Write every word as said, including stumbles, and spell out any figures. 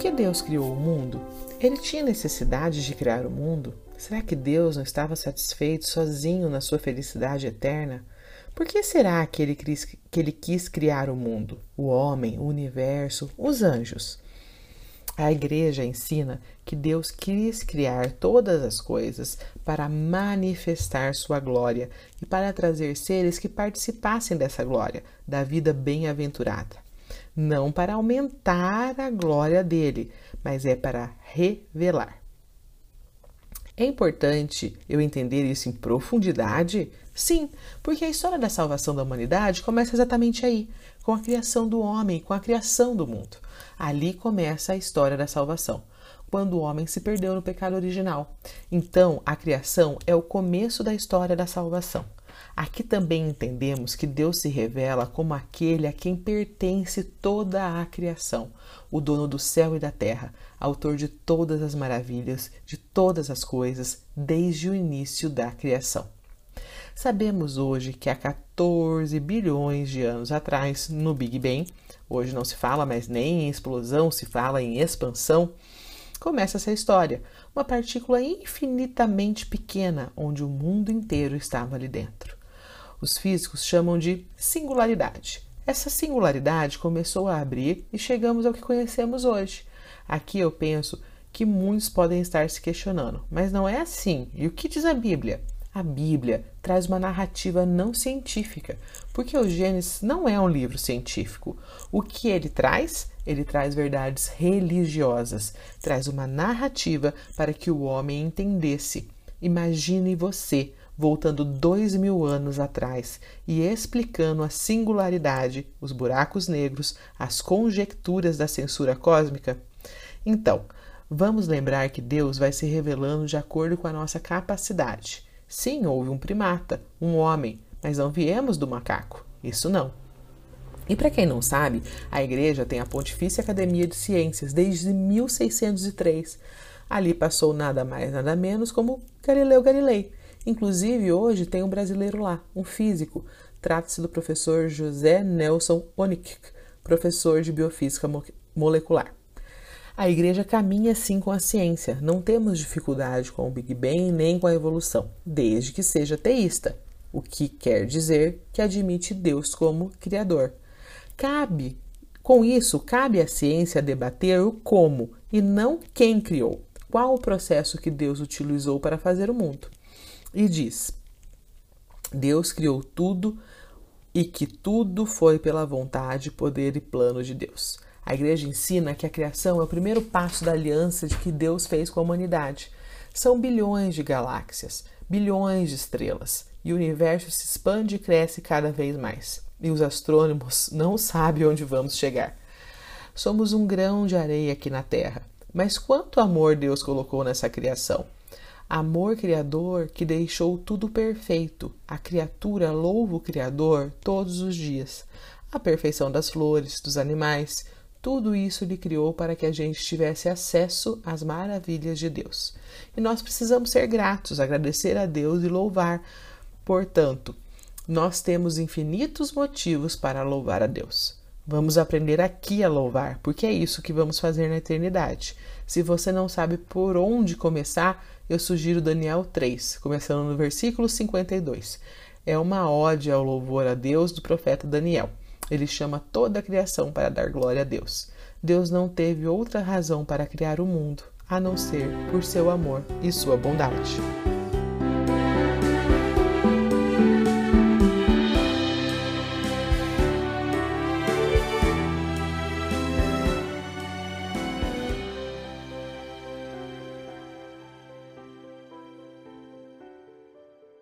que Deus criou o mundo? Ele tinha necessidade de criar o mundo? Será que Deus não estava satisfeito sozinho na sua felicidade eterna? Por que será que ele, quis, que ele quis criar o mundo, o homem, o universo, os anjos? A igreja ensina que Deus quis criar todas as coisas para manifestar sua glória e para trazer seres que participassem dessa glória, da vida bem-aventurada. Não para aumentar a glória dele, mas é para revelar. É importante eu entender isso em profundidade? Sim, porque a história da salvação da humanidade começa exatamente aí, com a criação do homem, com a criação do mundo. Ali começa a história da salvação, quando o homem se perdeu no pecado original. Então, a criação é o começo da história da salvação. Aqui também entendemos que Deus se revela como aquele a quem pertence toda a criação, o dono do céu e da terra, autor de todas as maravilhas, de todas as coisas, desde o início da criação. Sabemos hoje que há quatorze bilhões de anos atrás, no Big Bang, hoje não se fala mais nem em explosão, se fala em expansão, começa essa história, uma partícula infinitamente pequena, onde o mundo inteiro estava ali dentro. Os físicos chamam de singularidade. Essa singularidade começou a abrir e chegamos ao que conhecemos hoje. Aqui eu penso que muitos podem estar se questionando, mas não é assim. E o que diz a Bíblia? A Bíblia traz uma narrativa não científica, porque o Gênesis não é um livro científico. O que ele traz? Ele traz verdades religiosas, traz uma narrativa para que o homem entendesse. Imagine você voltando dois mil anos atrás e explicando a singularidade, os buracos negros, as conjecturas da censura cósmica. Então, vamos lembrar que Deus vai se revelando de acordo com a nossa capacidade. Sim, houve um primata, um homem, mas não viemos do macaco. Isso não. E para quem não sabe, a igreja tem a Pontifícia Academia de Ciências desde mil seiscentos e três. Ali passou nada mais, nada menos como Galileu Galilei. Inclusive, hoje tem um brasileiro lá, um físico. Trata-se do professor José Nelson Onick, professor de biofísica molecular. A igreja caminha sim com a ciência. Não temos dificuldade com o Big Bang nem com a evolução, desde que seja teísta, o que quer dizer que admite Deus como criador. Cabe, com isso, cabe à ciência debater o como e não quem criou, qual o processo que Deus utilizou para fazer o mundo. E diz: Deus criou tudo e que tudo foi pela vontade, poder e plano de Deus. A igreja ensina que a criação é o primeiro passo da aliança de que Deus fez com a humanidade. São bilhões de galáxias, bilhões de estrelas, e o universo se expande e cresce cada vez mais. E os astrônomos não sabem onde vamos chegar. Somos um grão de areia aqui na Terra, mas quanto amor Deus colocou nessa criação? Amor criador que deixou tudo perfeito. A criatura louva o Criador todos os dias. A perfeição das flores, dos animais, tudo isso lhe criou para que a gente tivesse acesso às maravilhas de Deus. E nós precisamos ser gratos, agradecer a Deus e louvar. Portanto, nós temos infinitos motivos para louvar a Deus. Vamos aprender aqui a louvar, porque é isso que vamos fazer na eternidade. Se você não sabe por onde começar, eu sugiro Daniel três, começando no versículo cinquenta e dois. É uma ode ao louvor a Deus do profeta Daniel. Ele chama toda a criação para dar glória a Deus. Deus não teve outra razão para criar o mundo, a não ser por seu amor e sua bondade.